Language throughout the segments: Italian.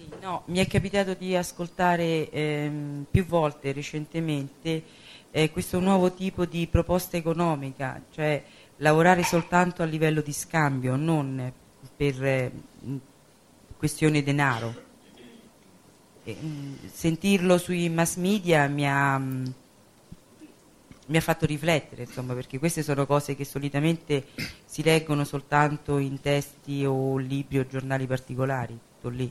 No, mi è capitato di ascoltare più volte recentemente questo nuovo tipo di proposta economica, cioè lavorare soltanto a livello di scambio, non per questione denaro. Sentirlo sui mass media mi ha fatto riflettere, insomma, perché queste sono cose che solitamente si leggono soltanto in testi o libri o giornali particolari, tutto lì.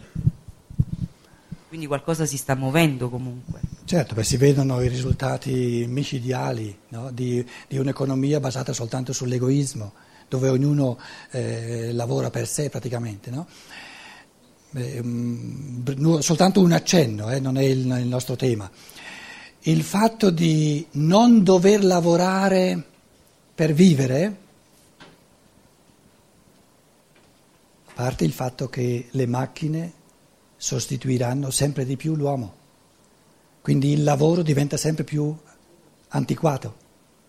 Quindi qualcosa si sta muovendo comunque. Certo, perché si vedono i risultati micidiali, no? di un'economia basata soltanto sull'egoismo, dove ognuno lavora per sé praticamente, no? Soltanto un accenno, non è il nostro tema. Il fatto di non dover lavorare per vivere, a parte il fatto che le macchine sostituiranno sempre di più l'uomo, quindi il lavoro diventa sempre più antiquato.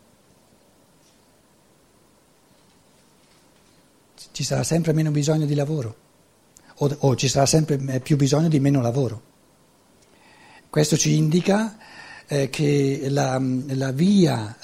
Ci sarà sempre meno bisogno di lavoro o ci sarà sempre più bisogno di meno lavoro. Questo ci indica che la via,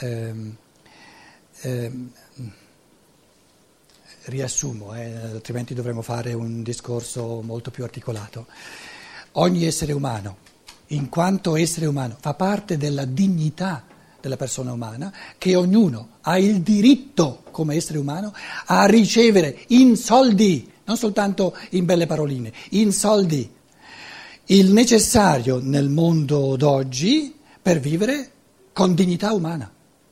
riassumo, altrimenti dovremmo fare un discorso molto più articolato. Ogni essere umano, in quanto essere umano, fa parte della dignità della persona umana, che ognuno ha il diritto, come essere umano, a ricevere in soldi, non soltanto in belle paroline, in soldi, il necessario nel mondo d'oggi per vivere con dignità umana.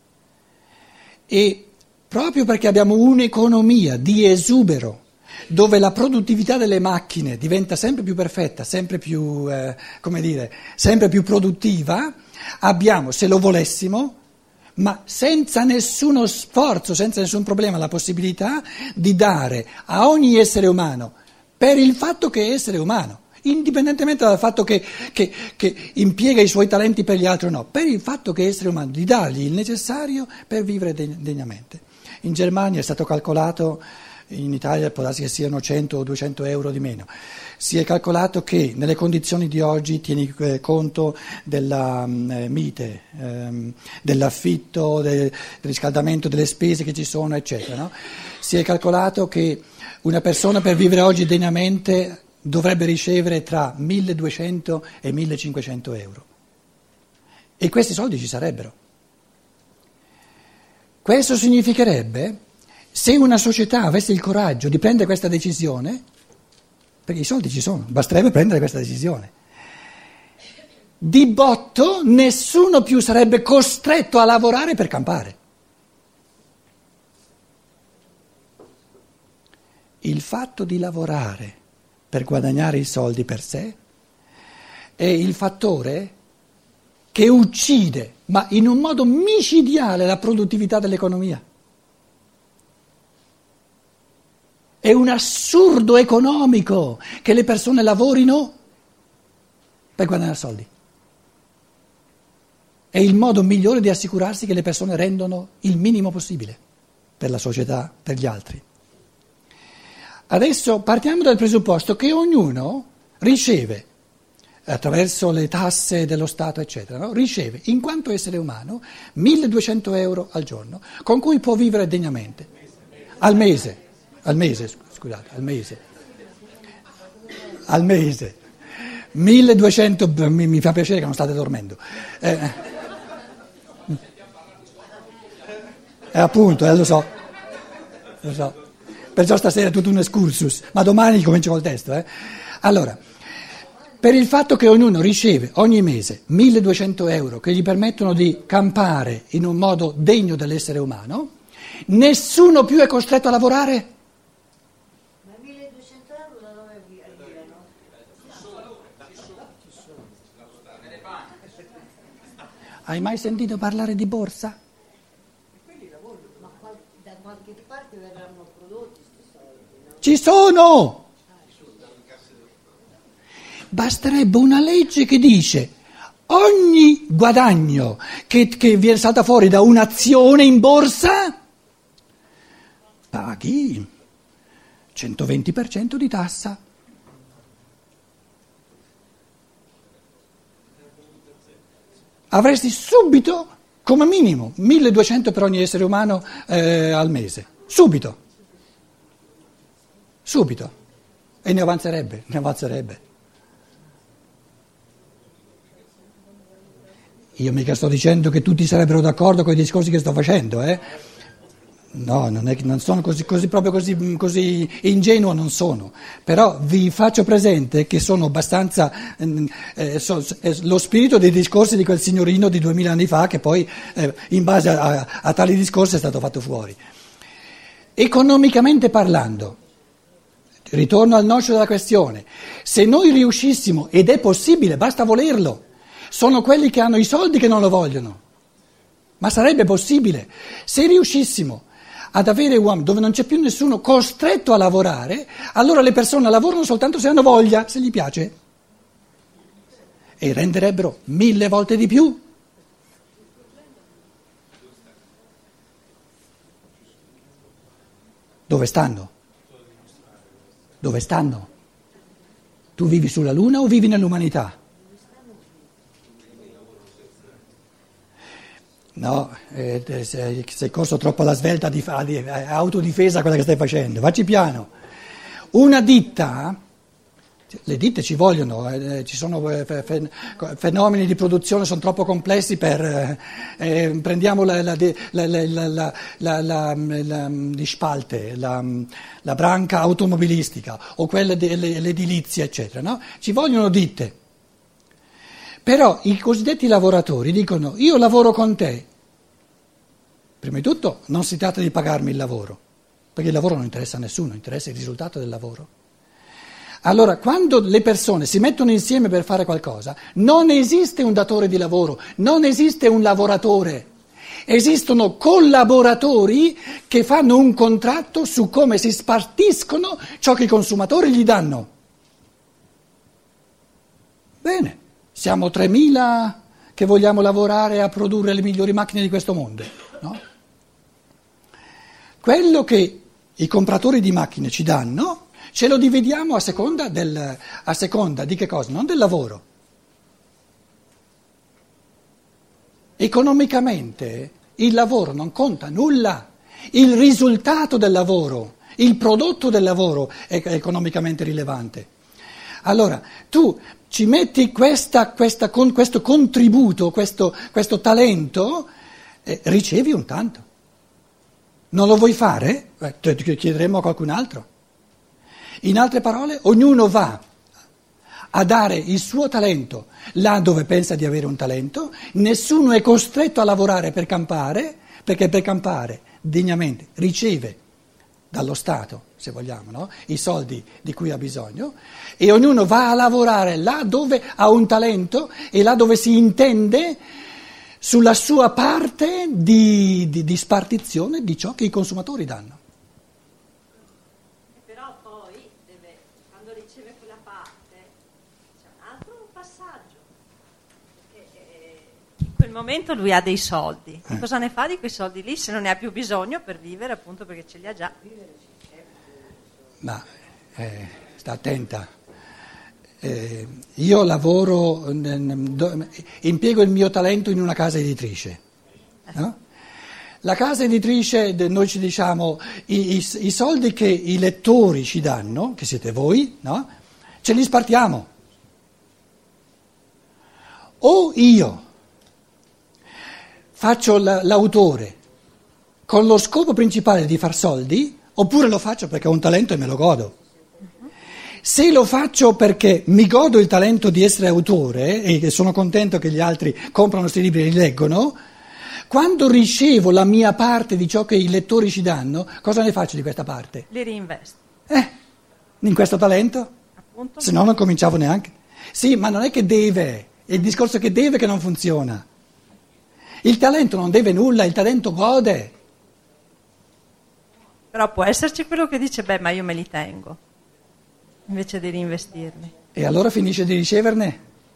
E proprio perché abbiamo un'economia di esubero, dove la produttività delle macchine diventa sempre più perfetta, sempre più, sempre più produttiva, abbiamo, se lo volessimo, ma senza nessuno sforzo, senza nessun problema, la possibilità di dare a ogni essere umano, per il fatto che è essere umano, indipendentemente dal fatto che impiega i suoi talenti per gli altri o no, per il fatto che è essere umano, di dargli il necessario per vivere degnamente. In Germania è stato calcolato, in Italia può darsi che siano 100 o 200 euro di meno, si è calcolato che nelle condizioni di oggi tieni conto della mite, dell'affitto, del riscaldamento, delle spese che ci sono, eccetera, no? Si è calcolato che una persona per vivere oggi degnamente dovrebbe ricevere tra 1.200 e 1.500 euro. E questi soldi ci sarebbero. Questo significherebbe, se una società avesse il coraggio di prendere questa decisione, perché i soldi ci sono, basterebbe prendere questa decisione, di botto nessuno più sarebbe costretto a lavorare per campare. Il fatto di lavorare per guadagnare i soldi per sé è il fattore che uccide, ma in un modo micidiale, la produttività dell'economia. È un assurdo economico che le persone lavorino per guadagnare soldi. È il modo migliore di assicurarsi che le persone rendono il minimo possibile per la società, per gli altri. Adesso partiamo dal presupposto che ognuno riceve, attraverso le tasse dello Stato, eccetera, no? Riceve, in quanto essere umano, 1.200 euro al giorno, con cui può vivere degnamente. Al mese, scusate, al mese. 1.200, mi fa piacere che non state dormendo. Appunto, lo so. Perciò stasera è tutto un excursus, ma domani comincio col testo. Allora, per il fatto che ognuno riceve ogni mese 1.200 euro che gli permettono di campare in un modo degno dell'essere umano, nessuno più è costretto a lavorare. Ma 1.200 euro da dove arrivano? Hai mai sentito parlare di borsa? Ma da qualche parte verranno prodotti questi soldi, no? Ci sono! Basterebbe una legge che dice ogni guadagno che viene salta fuori da un'azione in borsa paghi 120% di tassa. avresti subito, come minimo, 1200 per ogni essere umano al mese. Subito. Subito. E ne avanzerebbe, ne avanzerebbe. Io mica sto dicendo che tutti sarebbero d'accordo con i discorsi che sto facendo, eh? No, non sono così ingenuo, non sono. Però vi faccio presente che sono abbastanza lo spirito dei discorsi di quel signorino di 2000 anni fa che poi in base a tali discorsi è stato fatto fuori. Economicamente parlando, ritorno al nocciolo della questione, se noi riuscissimo, ed è possibile, basta volerlo, sono quelli che hanno i soldi che non lo vogliono, ma sarebbe possibile, se riuscissimo ad avere uomini dove non c'è più nessuno costretto a lavorare, allora le persone lavorano soltanto se hanno voglia, se gli piace, e renderebbero 1000 volte di più. Dove stanno? Dove stanno? Tu vivi sulla Luna o vivi nell'umanità? No, sei corso troppo alla svelta di autodifesa quella che stai facendo, vacci piano. Una ditta, le ditte ci vogliono, ci sono fenomeni di produzione, sono troppo complessi per... prendiamo di spalte, la branca automobilistica o quella dell'edilizia, eccetera, no? Ci vogliono ditte. Però i cosiddetti lavoratori dicono: io lavoro con te. Prima di tutto non si tratta di pagarmi il lavoro, perché il lavoro non interessa a nessuno, interessa il risultato del lavoro. Allora, quando le persone si mettono insieme per fare qualcosa, non esiste un datore di lavoro, non esiste un lavoratore. Esistono collaboratori che fanno un contratto su come si spartiscono ciò che i consumatori gli danno. Bene. Siamo 3.000 che vogliamo lavorare a produrre le migliori macchine di questo mondo, no? Quello che i compratori di macchine ci danno, ce lo dividiamo a seconda di che cosa? Non del lavoro. Economicamente il lavoro non conta nulla, il risultato del lavoro, il prodotto del lavoro è economicamente rilevante. Allora, tu ci metti con questo contributo, questo talento, ricevi un tanto. Non lo vuoi fare? Te chiederemo a qualcun altro. In altre parole, ognuno va a dare il suo talento là dove pensa di avere un talento, nessuno è costretto a lavorare per campare, perché per campare degnamente riceve dallo Stato, se vogliamo, no? I soldi di cui ha bisogno, e ognuno va a lavorare là dove ha un talento e là dove si intende sulla sua parte di spartizione di ciò che i consumatori danno. Però poi quando riceve quella parte c'è un altro passaggio. In quel momento lui ha dei soldi. E cosa ne fa di quei soldi lì se non ne ha più bisogno per vivere, appunto perché ce li ha già? Ma sta attenta. Io lavoro, impiego il mio talento in una casa editrice, no? La casa editrice, noi ci diciamo, i soldi che i lettori ci danno, che siete voi, no? Ce li spartiamo. O io faccio l'autore con lo scopo principale di far soldi, oppure lo faccio perché ho un talento e me lo godo. Se lo faccio perché mi godo il talento di essere autore e sono contento che gli altri comprano questi libri e li leggono, quando ricevo la mia parte di ciò che i lettori ci danno, cosa ne faccio di questa parte? Li reinvesto. In questo talento? Appunto. Se no non cominciavo neanche. Sì, ma non è che deve, è il discorso che deve che non funziona. Il talento non deve nulla, il talento gode. Però può esserci quello che dice: beh, ma io me li tengo, invece di reinvestirli. E allora finisce di riceverne?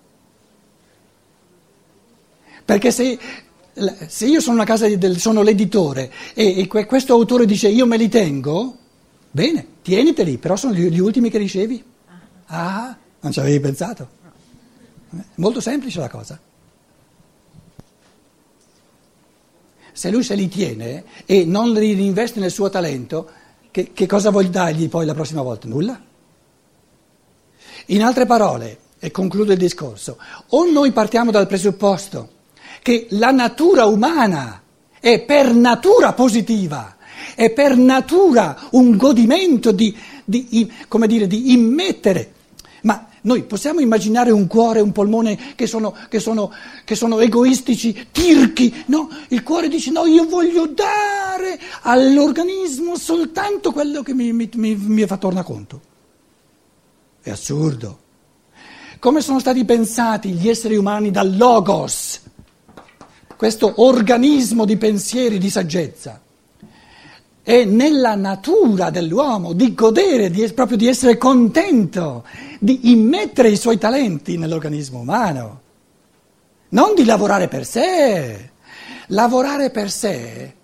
Perché se io sono una casa sono l'editore e questo autore dice io me li tengo, bene, tieniteli, però sono gli ultimi che ricevi. Ah, non ci avevi pensato? Molto semplice la cosa. se lui se li tiene e non li investe nel suo talento, che cosa vuoi dargli poi la prossima volta? Nulla. In altre parole, e concludo il discorso, o noi partiamo dal presupposto che la natura umana è per natura positiva, è per natura un godimento come dire, di immettere. Ma noi possiamo immaginare un cuore e un polmone che sono egoistici, tirchi, no? Il cuore dice no, io voglio dare all'organismo soltanto quello che mi fa tornaconto. È assurdo. Come sono stati pensati gli esseri umani dal Logos, questo organismo di pensieri, di saggezza? È nella natura dell'uomo di godere, proprio di essere contento, di immettere i suoi talenti nell'organismo umano, non di lavorare per sé. Lavorare per sé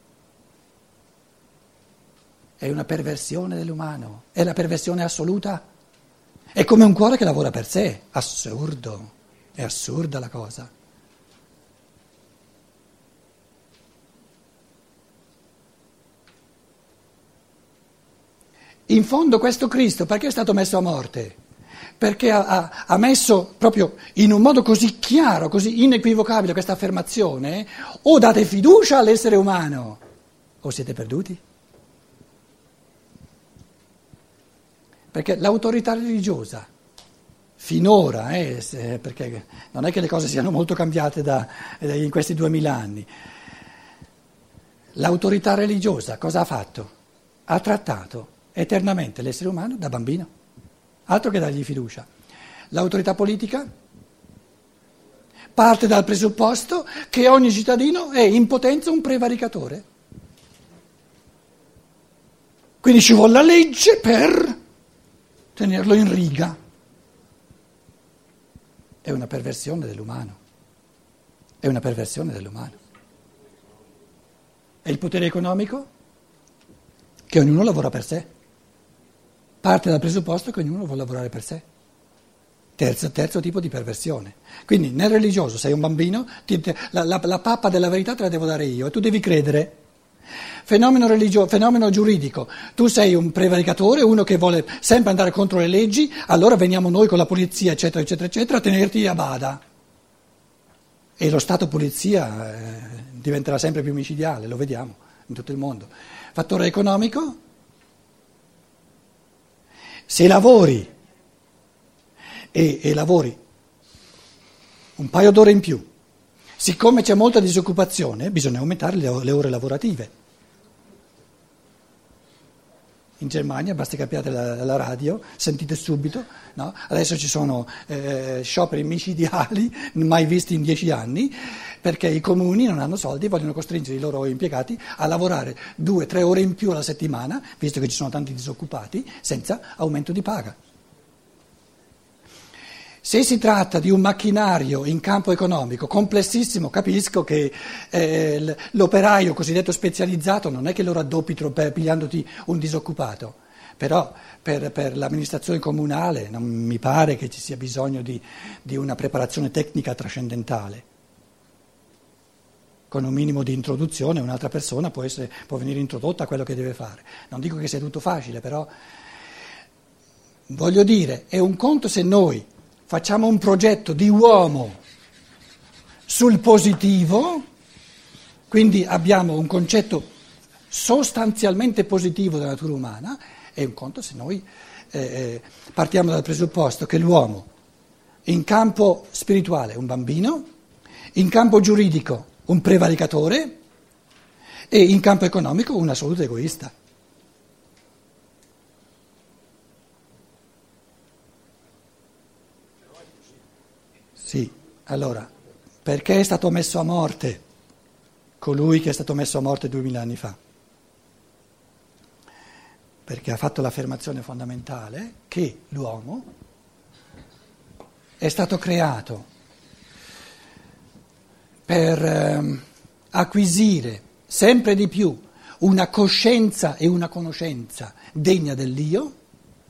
è una perversione dell'umano, è la perversione assoluta. È come un cuore che lavora per sé, assurdo, è assurda la cosa. In fondo questo Cristo perché è stato messo a morte? Perché ha messo proprio in un modo così chiaro, così inequivocabile questa affermazione: o date fiducia all'essere umano o siete perduti. Perché l'autorità religiosa, finora, perché non è che le cose siano molto cambiate in questi 2000 anni, l'autorità religiosa cosa ha fatto? Ha trattato eternamente l'essere umano da bambino, altro che dargli fiducia. L'autorità politica parte dal presupposto che ogni cittadino è in potenza un prevaricatore. Quindi ci vuole la legge per tenerlo in riga. È una perversione dell'umano. È una perversione dell'umano. E il potere economico? Che ognuno lavora per sé. Parte dal presupposto che ognuno vuole lavorare per sé. Terzo tipo di perversione. Quindi nel religioso sei un bambino, la pappa della verità te la devo dare io e tu devi credere. Fenomeno giuridico, tu sei un prevaricatore, uno che vuole sempre andare contro le leggi, allora veniamo noi con la polizia eccetera eccetera eccetera a tenerti a bada. E lo Stato polizia diventerà sempre più micidiale, lo vediamo in tutto il mondo. Fattore economico? Se lavori e lavori un paio d'ore in più, siccome c'è molta disoccupazione, bisogna aumentare le ore lavorative. In Germania, basta che apriate la radio, sentite subito, no? Adesso ci sono scioperi micidiali, mai visti in 10 anni, perché i comuni non hanno soldi e vogliono costringere i loro impiegati a lavorare 2-3 ore in più alla settimana, visto che ci sono tanti disoccupati, senza aumento di paga. Se si tratta di un macchinario in campo economico complessissimo, capisco che l'operaio cosiddetto specializzato non è che lo raddoppi pigliandoti un disoccupato, però per l'amministrazione comunale non mi pare che ci sia bisogno di una preparazione tecnica trascendentale. Con un minimo di introduzione un'altra persona può venire introdotta a quello che deve fare. Non dico che sia tutto facile, però voglio dire, è un conto se noi facciamo un progetto di uomo sul positivo, quindi abbiamo un concetto sostanzialmente positivo della natura umana, è un conto se noi partiamo dal presupposto che l'uomo in campo spirituale è un bambino, in campo giuridico un prevaricatore e in campo economico un assoluto egoista. Sì, allora, perché è stato messo a morte colui che è stato messo a morte 2000 anni fa? Perché ha fatto l'affermazione fondamentale che l'uomo è stato creato per acquisire sempre di più una coscienza e una conoscenza degna dell'io.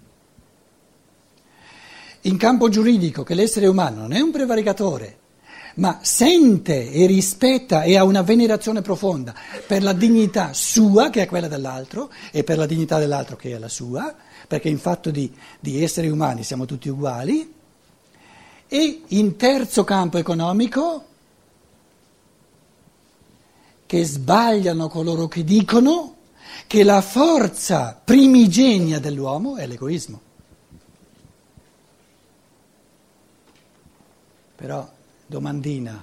In campo giuridico che l'essere umano non è un prevaricatore, ma sente e rispetta e ha una venerazione profonda per la dignità sua, che è quella dell'altro, e per la dignità dell'altro, che è la sua, perché in fatto di esseri umani siamo tutti uguali. E in terzo campo economico, che sbagliano coloro che dicono che la forza primigenia dell'uomo è l'egoismo. Però, domandina,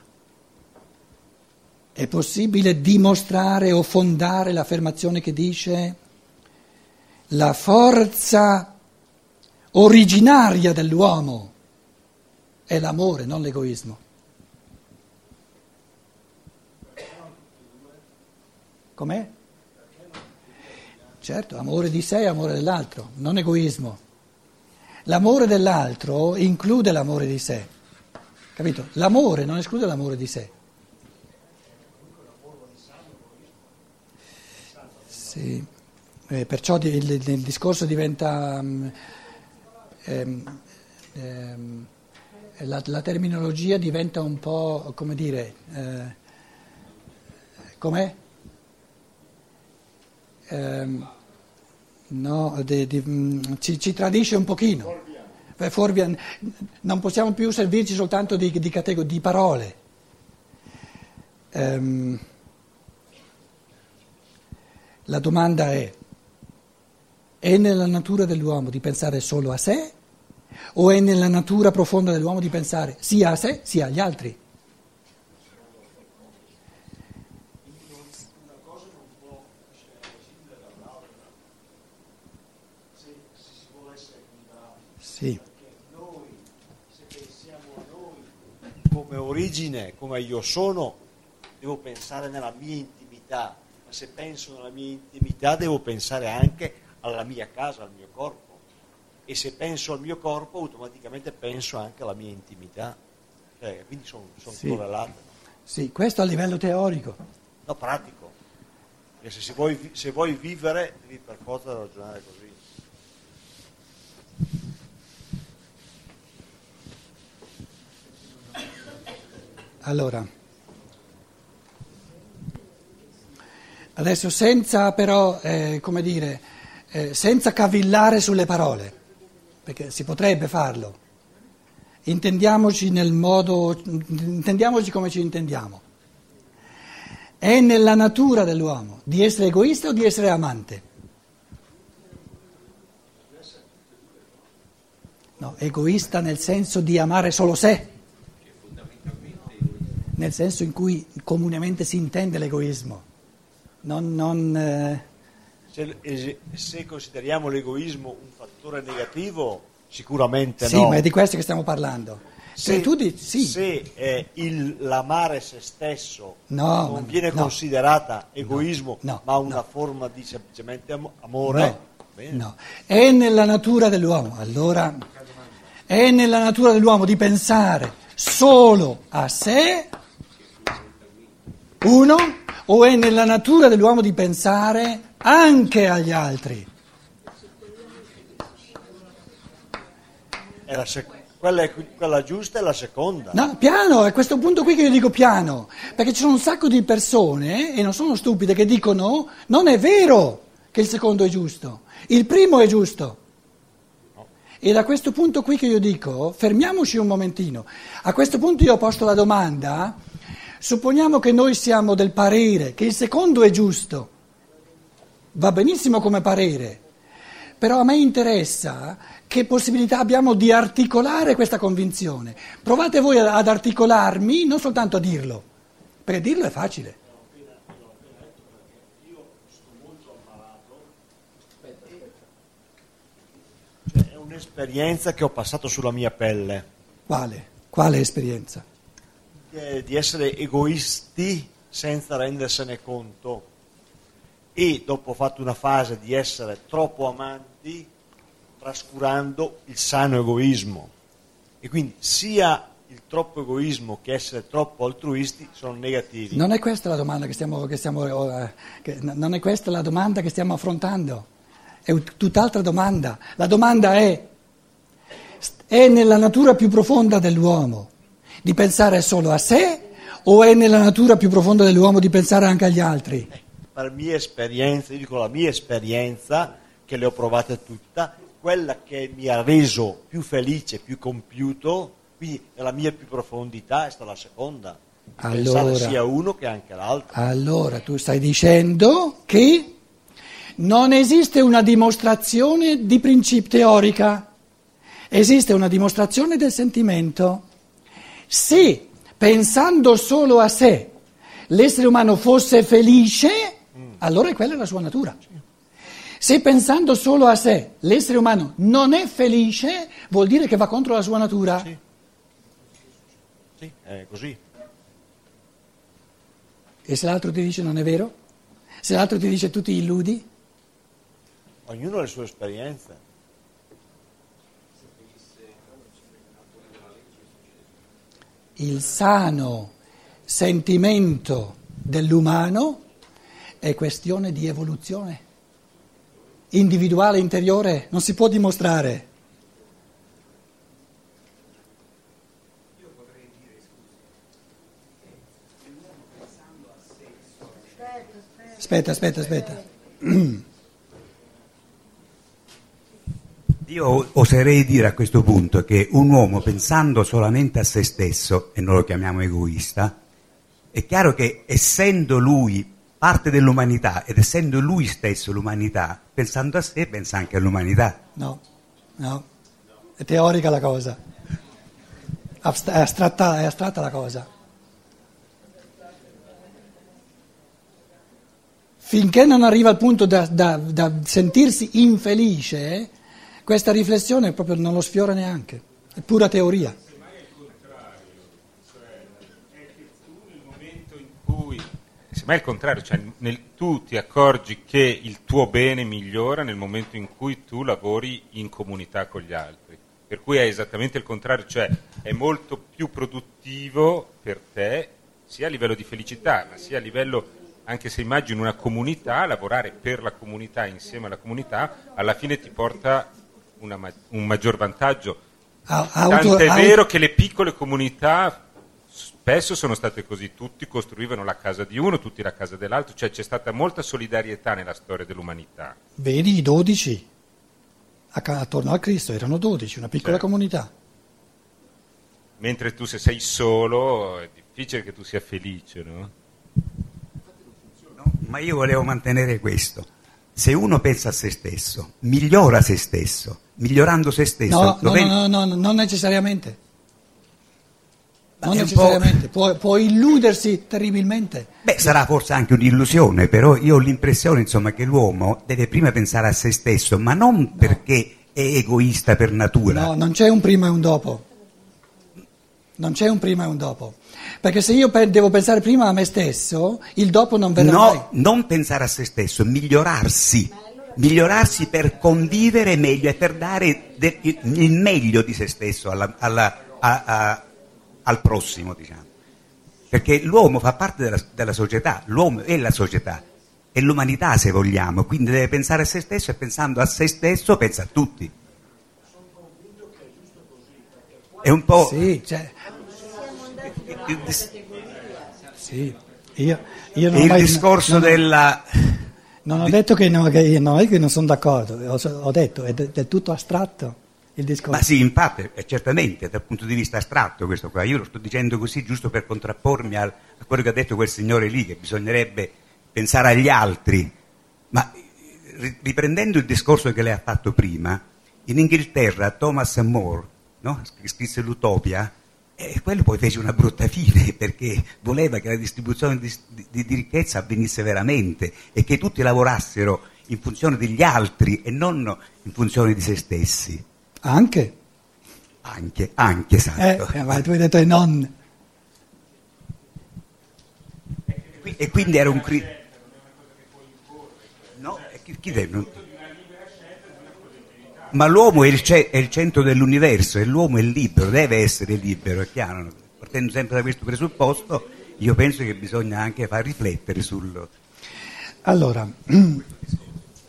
è possibile dimostrare o fondare l'affermazione che dice la forza originaria dell'uomo è l'amore, non l'egoismo? Com'è? Certo, amore di sé e amore dell'altro, non egoismo. L'amore dell'altro include l'amore di sé, capito? L'amore non esclude l'amore di sé. Sì, perciò il discorso diventa... la terminologia diventa un po', come dire, com'è? No, ci tradisce un pochino. Non possiamo più servirci soltanto di parole. La domanda è nella natura dell'uomo di pensare solo a sé o è nella natura profonda dell'uomo di pensare sia a sé sia agli altri? Sì. Perché noi, se pensiamo a noi come origine, come io sono, devo pensare nella mia intimità, ma se penso nella mia intimità devo pensare anche alla mia casa, al mio corpo, e se penso al mio corpo automaticamente penso anche alla mia intimità, quindi sono Sì. correlate. Sì, questo a livello teorico. No, pratico, perché se vuoi vivere devi per forza ragionare così. Allora, adesso senza però, come dire, senza cavillare sulle parole, perché si potrebbe farlo, intendiamoci come ci intendiamo. È nella natura dell'uomo di essere egoista o di essere amante? No, egoista nel senso di amare solo sé. Nel senso in cui comunemente si intende l'egoismo. Se consideriamo l'egoismo un fattore negativo, sicuramente sì, no. ma è di questo che stiamo parlando. Se, tu dici, sì. se l'amare se stesso No, non viene no. considerata egoismo, No, ma una no. forma di semplicemente amore, bene. No, è nella natura dell'uomo. Allora, è nella natura dell'uomo di pensare solo a sé, uno, o è nella natura dell'uomo di pensare anche agli altri? Quella giusta è la seconda. No, piano, è questo punto qui che io dico piano, perché ci sono un sacco di persone, e non sono stupide, che dicono non è vero che il secondo è giusto, il primo è giusto. E da questo punto qui che io dico, fermiamoci un momentino, a questo punto io ho posto la domanda, supponiamo che noi siamo del parere che il secondo è giusto, va benissimo come parere, però a me interessa che possibilità abbiamo di articolare questa convinzione. Provate voi ad articolarmi, non soltanto a dirlo, perché dirlo è facile. È un'esperienza che ho passato sulla mia pelle. Quale esperienza? Di essere egoisti senza rendersene conto, e dopo ho fatto una fase di essere troppo amanti trascurando il sano egoismo, e quindi sia il troppo egoismo che essere troppo altruisti sono negativi. Non è questa la domanda non è questa la domanda che stiamo affrontando, è tutt'altra domanda. La domanda è nella natura più profonda dell'uomo di pensare solo a sé o è nella natura più profonda dell'uomo di pensare anche agli altri? Per mia esperienza, io dico la mia esperienza, che le ho provate tutta, quella che mi ha reso più felice, più compiuto, quindi nella mia più profondità è stata la seconda. Pensare sia uno che anche l'altro. Allora tu stai dicendo che non esiste una dimostrazione di principio teorica, esiste una dimostrazione del sentimento. Se pensando solo a sé l'essere umano fosse felice, allora quella è la sua natura. Se pensando solo a sé l'essere umano non è felice, vuol dire che va contro la sua natura. Sì, è così. E se l'altro ti dice non è vero? Se l'altro ti dice tu ti illudi? Ognuno ha le sue esperienze. Il sano sentimento dell'umano è questione di evoluzione individuale, interiore, non si può dimostrare. Aspetta. Io oserei dire a questo punto che un uomo pensando solamente a se stesso, e noi lo chiamiamo egoista, è chiaro che essendo lui parte dell'umanità ed essendo lui stesso l'umanità, pensando a sé pensa anche all'umanità. No, è teorica la cosa, è astratta la cosa. Finché non arriva al punto da sentirsi infelice, questa riflessione proprio non lo sfiora neanche, è pura teoria. Semmai è il contrario, cioè è che tu nel momento in cui, semmai è il contrario, cioè tu ti accorgi che il tuo bene migliora nel momento in cui tu lavori in comunità con gli altri, per cui è esattamente il contrario, cioè è molto più produttivo per te, sia a livello di felicità, ma sia a livello, anche se immagini una comunità, lavorare per la comunità, insieme alla comunità, alla fine ti porta un maggior vantaggio. Tant'è vero che le piccole comunità spesso sono state così, tutti costruivano la casa di uno, tutti la casa dell'altro, cioè c'è stata molta solidarietà nella storia dell'umanità. Vedi i 12, attorno a Cristo erano 12, una piccola comunità. Mentre tu se sei solo è difficile che tu sia felice, no? Ma io volevo mantenere questo. Se uno pensa a se stesso, migliora se stesso, migliorando se stesso... No, non necessariamente. Non necessariamente, può illudersi terribilmente. Beh, sarà forse anche un'illusione, però io ho l'impressione, insomma, che l'uomo deve prima pensare a se stesso, ma non perché è egoista per natura. No, non c'è un prima e un dopo. Non c'è un prima e un dopo. Perché se io devo pensare prima a me stesso, il dopo non verrà mai. No, non pensare a se stesso, migliorarsi per convivere meglio e per dare il meglio di se stesso al prossimo, diciamo. Perché l'uomo fa parte della società, l'uomo è la società, è l'umanità se vogliamo, quindi deve pensare a se stesso e pensando a se stesso pensa a tutti. È un po'... Sì, cioè... Sì, io non il discorso della... Non ho detto che non è che non sono d'accordo, ho detto è del tutto astratto il discorso. Ma sì, infatti, certamente dal punto di vista astratto questo qua, io lo sto dicendo così giusto per contrappormi a quello che ha detto quel signore lì, che bisognerebbe pensare agli altri, ma riprendendo il discorso che lei ha fatto prima, in Inghilterra Thomas More, no? Che scrisse l'Utopia, quello poi fece una brutta fine perché voleva che la distribuzione di ricchezza avvenisse veramente e che tutti lavorassero in funzione degli altri e non in funzione di se stessi. Anche, esatto. Ma tu hai detto e non. E quindi era un no, chi deve? Ma l'uomo è il centro dell'universo e l'uomo è libero, deve essere libero, è chiaro. Partendo sempre da questo presupposto, io penso che bisogna anche far riflettere sul... Allora,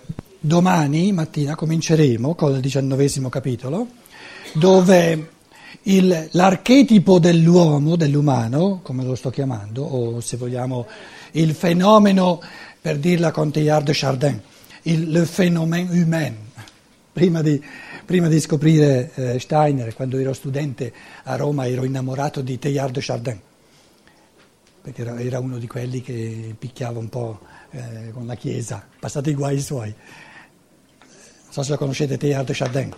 domani mattina cominceremo con il 19° capitolo, dove L'archetipo dell'uomo, dell'umano, come lo sto chiamando, o se vogliamo il fenomeno, per dirla con Teilhard de Chardin, le phénomène humain. Prima di scoprire Steiner, quando ero studente a Roma, ero innamorato di Teilhard de Chardin, perché era uno di quelli che picchiava un po' con la Chiesa, passati i guai suoi. Non so se lo conoscete, Teilhard de Chardin.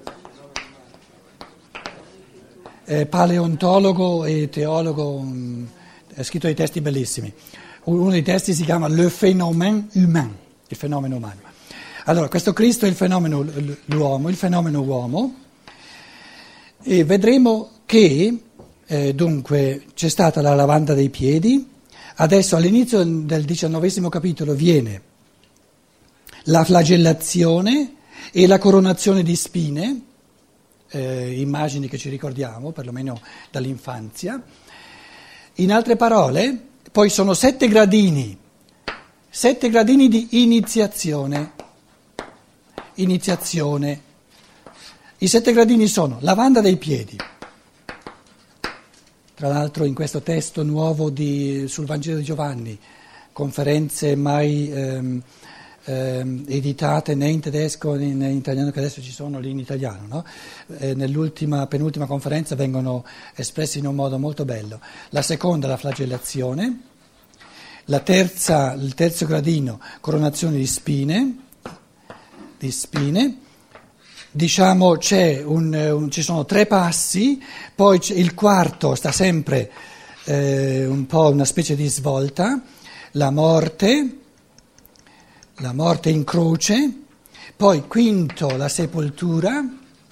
Paleontologo e teologo, ha scritto dei testi bellissimi. Uno dei testi si chiama Le phénomène humain, il fenomeno umano. Allora, questo Cristo è il fenomeno l'uomo, il fenomeno uomo, e vedremo che dunque c'è stata la lavanda dei piedi, adesso all'inizio del 19° capitolo viene la flagellazione e la coronazione di spine, immagini che ci ricordiamo, perlomeno dall'infanzia. In altre parole, poi sono 7 gradini di iniziazione. I 7 gradini sono lavanda dei piedi. Tra l'altro in questo testo nuovo sul Vangelo di Giovanni, conferenze mai editate né in tedesco né in italiano, che adesso ci sono lì in italiano, no? Penultima conferenza vengono espressi in un modo molto bello. La seconda, la flagellazione, il terzo gradino, coronazione di spine, diciamo ci sono 3 passi, poi il quarto sta sempre un po' una specie di svolta, la morte in croce, poi quinto la sepoltura,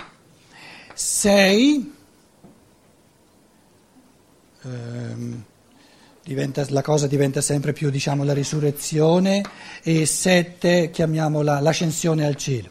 6 la cosa diventa sempre più, diciamo, la risurrezione, e 7 chiamiamola l'ascensione al cielo.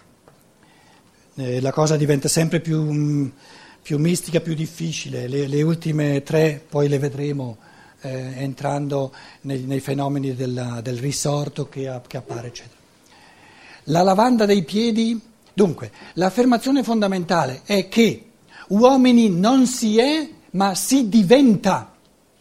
La cosa diventa sempre più mistica, più difficile. Le ultime 3 poi le vedremo entrando nei fenomeni del risorto che appare, eccetera. La lavanda dei piedi, dunque, l'affermazione fondamentale è che uomini non si è, ma si diventa.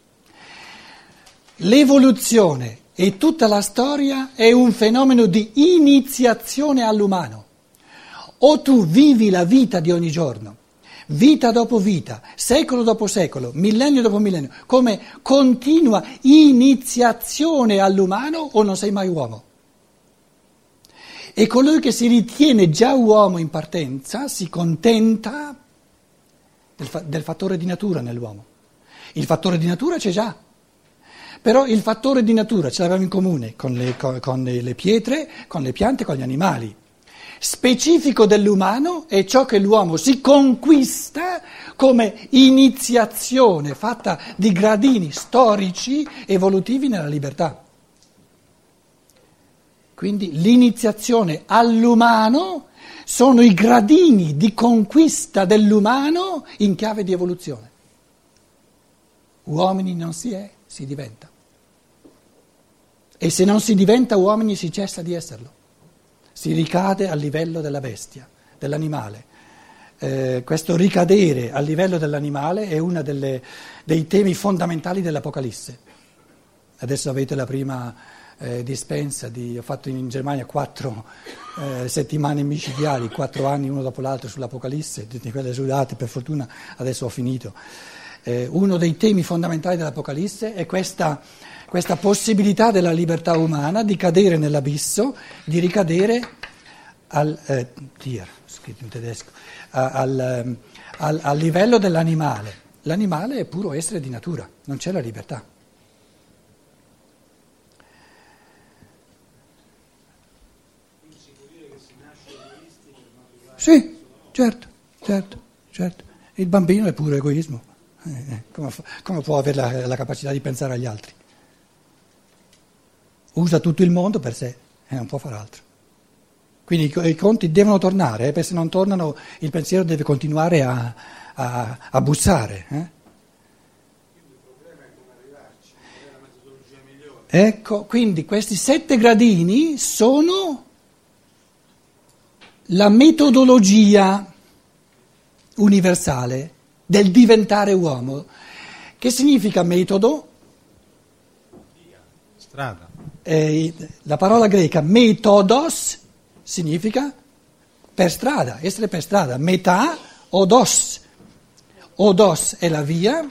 L'evoluzione e tutta la storia è un fenomeno di iniziazione all'umano. O tu vivi la vita di ogni giorno, vita dopo vita, secolo dopo secolo, millennio dopo millennio, come continua iniziazione all'umano, o non sei mai uomo. E colui che si ritiene già uomo in partenza si contenta del fattore di natura nell'uomo. Il fattore di natura c'è già, però il fattore di natura ce l'abbiamo in comune con le pietre, con le piante, con gli animali. Specifico dell'umano è ciò che l'uomo si conquista come iniziazione fatta di gradini storici evolutivi nella libertà. Quindi l'iniziazione all'umano sono i gradini di conquista dell'umano in chiave di evoluzione. Uomini non si è, si diventa. E se non si diventa uomini si cessa di esserlo. Si ricade al livello della bestia, dell'animale. Questo ricadere al livello dell'animale è uno dei temi fondamentali dell'Apocalisse. Adesso avete la prima dispensa, ho fatto in Germania 4 settimane micidiali, 4 anni uno dopo l'altro sull'Apocalisse, di quelle sudate, per fortuna adesso ho finito. Uno dei temi fondamentali dell'Apocalisse è questa possibilità della libertà umana di cadere nell'abisso, di ricadere scritto in tedesco, al livello dell'animale. L'animale è puro essere di natura, non c'è la libertà. Sì, certo. Il bambino è puro egoismo. Come può avere la capacità di pensare agli altri? Usa tutto il mondo per sé e non può fare altro. Quindi i conti devono tornare, perché se non tornano il pensiero deve continuare a bussare. Il problema è come arrivarci, è la metodologia migliore. Ecco, quindi questi 7 gradini sono la metodologia universale del diventare uomo. Che significa metodo? Strada. La parola greca metodos significa per strada, essere per strada. Metà, odos. Odos è la via.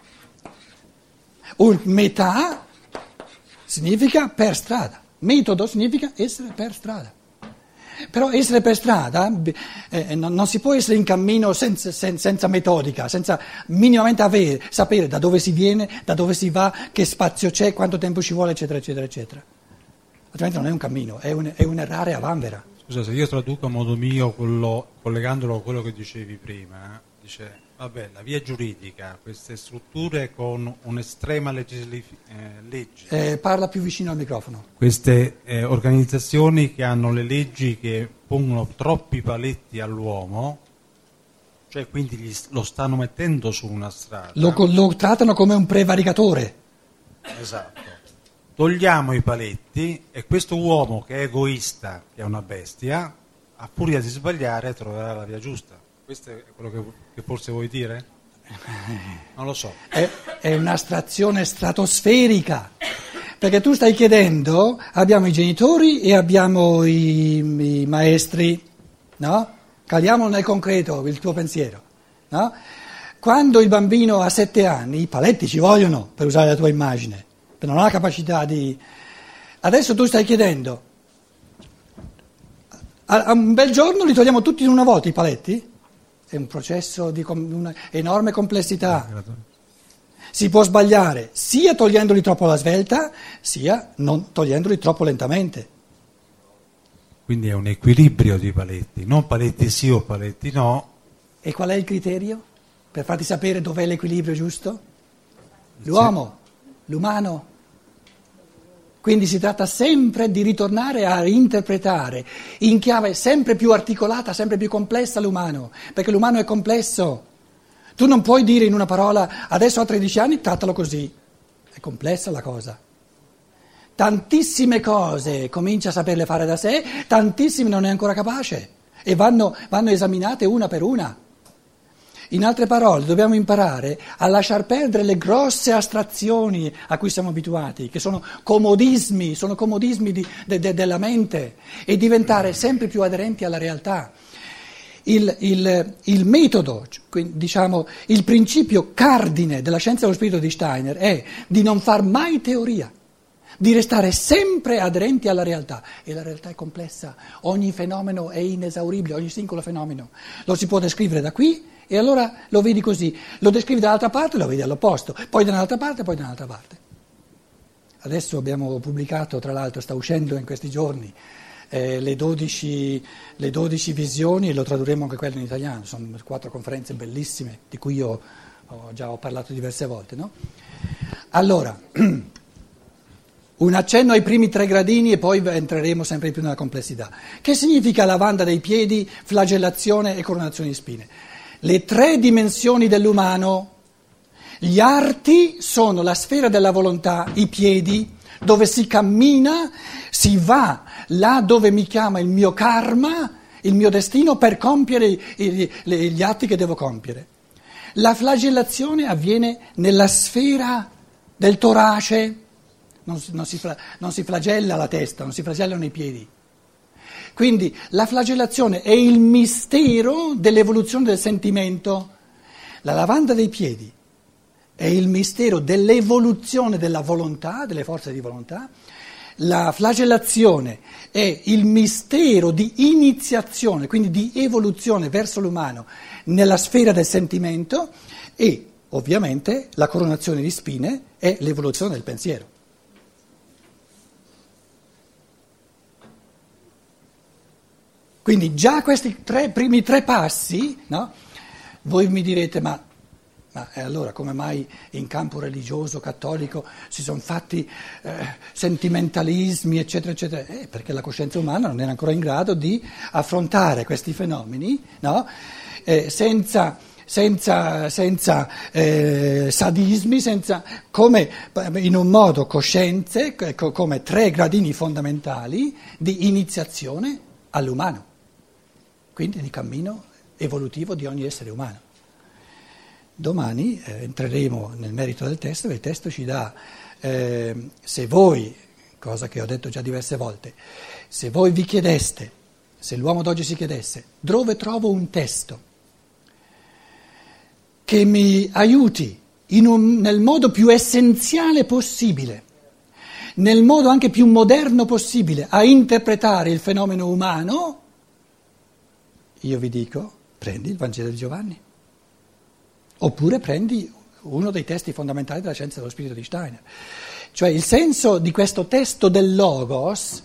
Metà significa per strada. Metodo significa essere per strada. Però essere per strada non si può essere in cammino senza metodica, senza minimamente sapere da dove si viene, da dove si va, che spazio c'è, quanto tempo ci vuole, eccetera, eccetera, eccetera. Altrimenti non è un cammino, è un errare a vanvera. Scusa, se io traduco a modo mio, collegandolo a quello che dicevi prima, dice, vabbè, la via giuridica, queste strutture con un'estrema legge. Parla più vicino al microfono. Queste organizzazioni che hanno le leggi che pongono troppi paletti all'uomo, cioè quindi lo stanno mettendo su una strada. Lo trattano come un prevaricatore. Esatto. Togliamo i paletti e questo uomo che è egoista, che è una bestia, a furia di sbagliare troverà la via giusta. Questo è quello che forse vuoi dire? Non lo so. È un'astrazione stratosferica, perché tu stai chiedendo, abbiamo i genitori e abbiamo i maestri, no? Caliamo nel concreto il tuo pensiero, no? Quando il bambino ha 7 anni, i paletti ci vogliono, per usare la tua immagine, non ha la capacità di... Adesso tu stai chiedendo, a un bel giorno li togliamo tutti in una volta i paletti? È un processo di una enorme complessità. Si può sbagliare sia togliendoli troppo alla svelta, sia non togliendoli troppo lentamente. Quindi è un equilibrio di paletti, non paletti sì o paletti no. E qual è il criterio per farti sapere dov'è l'equilibrio giusto? L'uomo, l'umano. Quindi si tratta sempre di ritornare a interpretare in chiave sempre più articolata, sempre più complessa l'umano, perché l'umano è complesso. Tu non puoi dire in una parola, adesso a 13 anni trattalo così, è complessa la cosa. Tantissime cose comincia a saperle fare da sé, tantissime non è ancora capace e vanno esaminate una per una. In altre parole, dobbiamo imparare a lasciar perdere le grosse astrazioni a cui siamo abituati, che sono comodismi della mente, e diventare sempre più aderenti alla realtà. Il metodo, diciamo, il principio cardine della scienza dello spirito di Steiner è di non far mai teoria, di restare sempre aderenti alla realtà. E la realtà è complessa, ogni fenomeno è inesauribile, ogni singolo fenomeno lo si può descrivere da qui, e allora lo vedi così, lo descrivi dall'altra parte, lo vedi all'opposto, poi da un'altra parte, poi da un'altra parte. Adesso abbiamo pubblicato, tra l'altro sta uscendo in questi giorni, le 12 visioni, e lo tradurremo anche quello in italiano, sono 4 conferenze bellissime di cui io ho parlato diverse volte, no? Allora, un accenno ai primi 3 gradini e poi entreremo sempre più nella complessità. Che significa lavanda dei piedi, flagellazione e coronazione di spine? Le 3 dimensioni dell'umano. Gli arti sono la sfera della volontà, i piedi, dove si cammina, si va là dove mi chiama il mio karma, il mio destino, per compiere gli atti che devo compiere. La flagellazione avviene nella sfera del torace, non si flagella la testa, non si flagellano i piedi. Quindi la flagellazione è il mistero dell'evoluzione del sentimento. La lavanda dei piedi è il mistero dell'evoluzione della volontà, delle forze di volontà. La flagellazione è il mistero di iniziazione, quindi di evoluzione verso l'umano nella sfera del sentimento, e ovviamente la coronazione di spine è l'evoluzione del pensiero. Quindi già questi primi 3 passi, no? Voi mi direte, ma allora come mai in campo religioso, cattolico, si sono fatti sentimentalismi, eccetera, eccetera? Perché la coscienza umana non era ancora in grado di affrontare questi fenomeni, no? Senza sadismi, come in un modo coscienze, come 3 gradini fondamentali di iniziazione all'umano, quindi di cammino evolutivo di ogni essere umano. Domani entreremo nel merito del testo e il testo ci dà, se voi, cosa che ho detto già diverse volte, se voi vi chiedeste, se l'uomo d'oggi si chiedesse, dove trovo un testo che mi aiuti nel modo più essenziale possibile, nel modo anche più moderno possibile a interpretare il fenomeno umano, io vi dico, prendi il Vangelo di Giovanni, oppure prendi uno dei testi fondamentali della scienza dello spirito di Steiner. Cioè il senso di questo testo del Logos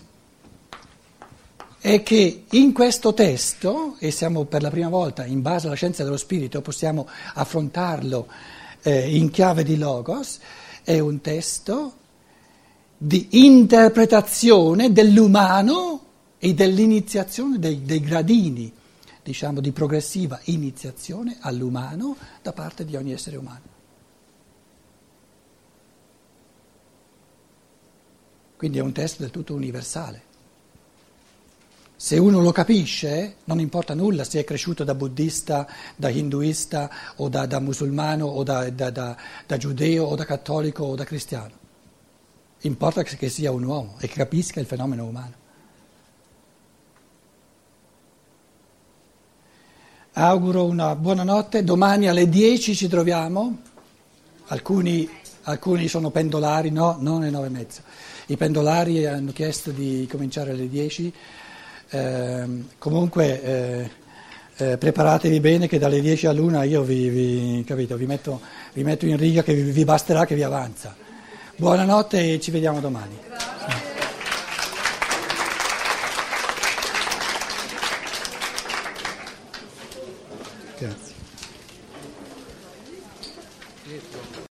è che in questo testo, e siamo per la prima volta in base alla scienza dello spirito, possiamo affrontarlo in chiave di Logos, è un testo di interpretazione dell'umano e dell'iniziazione dei gradini, diciamo di progressiva iniziazione all'umano da parte di ogni essere umano. Quindi è un testo del tutto universale. Se uno lo capisce, non importa nulla se è cresciuto da buddista, da induista o da musulmano o da giudeo o da cattolico o da cristiano. Importa che sia un uomo e che capisca il fenomeno umano. Auguro una buona notte, domani alle 10 ci troviamo, alcuni sono pendolari, no, non alle 9:30. I pendolari hanno chiesto di cominciare alle 10. Comunque preparatevi bene che dalle 10 all'1 io vi metto in riga che vi basterà che vi avanza. Buonanotte e ci vediamo domani. Grazie.